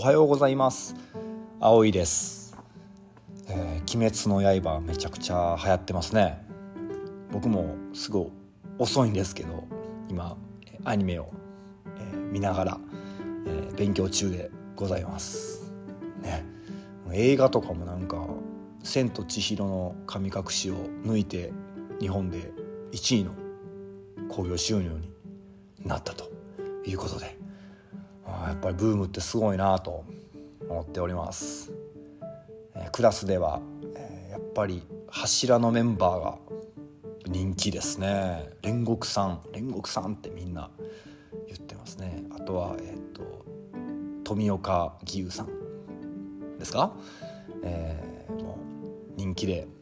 はようございます。葵です。鬼滅の刃めちゃくちゃ流行ってますね。僕もすごい遅いんですけど今アニメを、見ながら、勉強中でございますね。映画とかもなんか千と千尋の神隠しを抜いて日本で1位の興行収入になったということで、やっぱりブームってすごいなと思っております。クラスでは、やっぱり柱のメンバーが人気ですね。煉獄さんってみんな言ってますね。あとは、富岡義勇さんですか、もう人気で、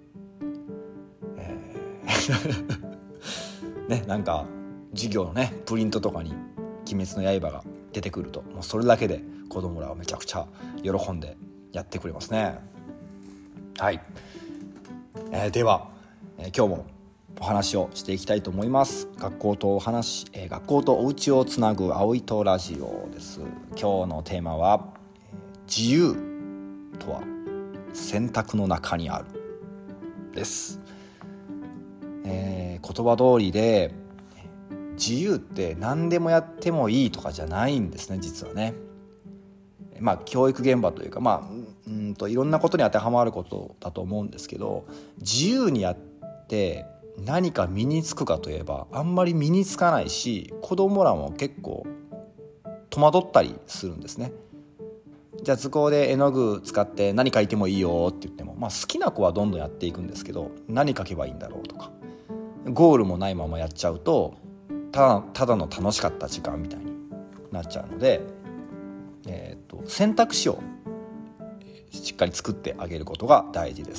ね、なんか授業のねプリントとかに鬼滅の刃が出てくるともうそれだけで子供らはめちゃくちゃ喜んでやってくれますね。はい、では、今日もお話をしていきたいと思います。学校とお家をつなぐ葵とラジオです。今日のテーマは、自由とは選択の中にあるです。言葉通りで自由って何でもやってもいいとかじゃないんですね、実はね。教育現場というか、いろんなことに当てはまることだと思うんですけど、自由にやって何か身につくかといえばあんまり身につかないし、子供らも結構戸惑ったりするんですね。じゃあ図工で絵の具使って何描いてもいいよって言っても、好きな子はどんどんやっていくんですけど、何描けばいいんだろうとか、ゴールもないままやっちゃうとただの楽しかった時間みたいになっちゃうので、選択肢をしっかり作ってあげることが大事です。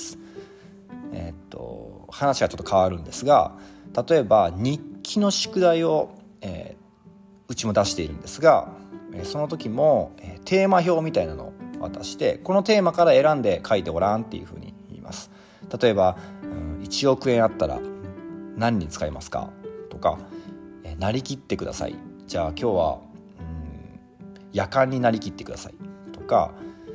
話がちょっと変わるんですが、例えば日記の宿題を、うちも出しているんですが、その時も、テーマ表みたいなのを渡して、このテーマから選んで書いてごらんっていうふうに言います。例えば、1億円あったら何に使いますかとか、なりきってください。じゃあ今日は夜間になりきってくださいとか、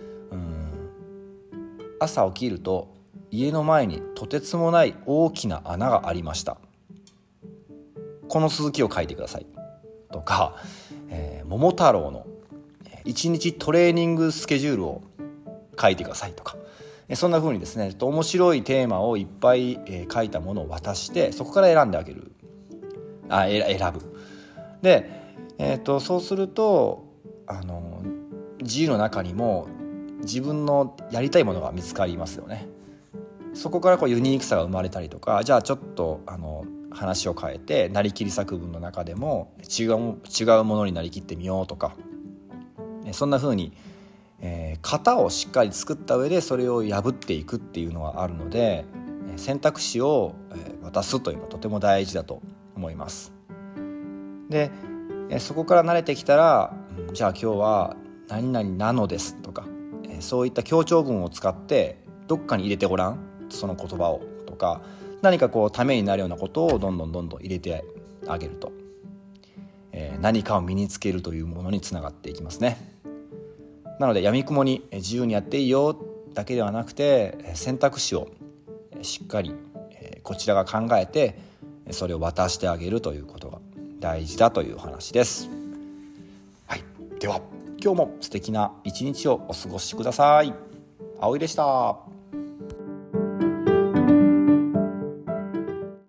朝起きると家の前にとてつもない大きな穴がありました。この続きを書いてくださいとか、桃太郎の1日トレーニングスケジュールを書いてくださいとか、そんな風にですね、面白いテーマをいっぱい書いたものを渡して、そこから選んであげる。選ぶ。で、そうすると自由の中にも自分のやりたいものが見つかりますよね。そこからユニークさが生まれたりとか、じゃあちょっと話を変えてなりきり作文の中でも違うものになりきってみようとか、そんな風に、型をしっかり作った上でそれを破っていくっていうのはあるので、選択肢を渡すというのはとても大事だと思います。で、そこから慣れてきたら、じゃあ今日は何々なのですとか、そういった強調文を使ってどっかに入れてごらん、その言葉をとか、何かためになるようなことをどんどん入れてあげると、何かを身につけるというものにつながっていきますね。なので闇雲に自由にやっていいよだけではなくて、選択肢をしっかりこちらが考えてそれを渡してあげるということが大事だというお話です。はい、では今日も素敵な一日をお過ごしください。葵でした。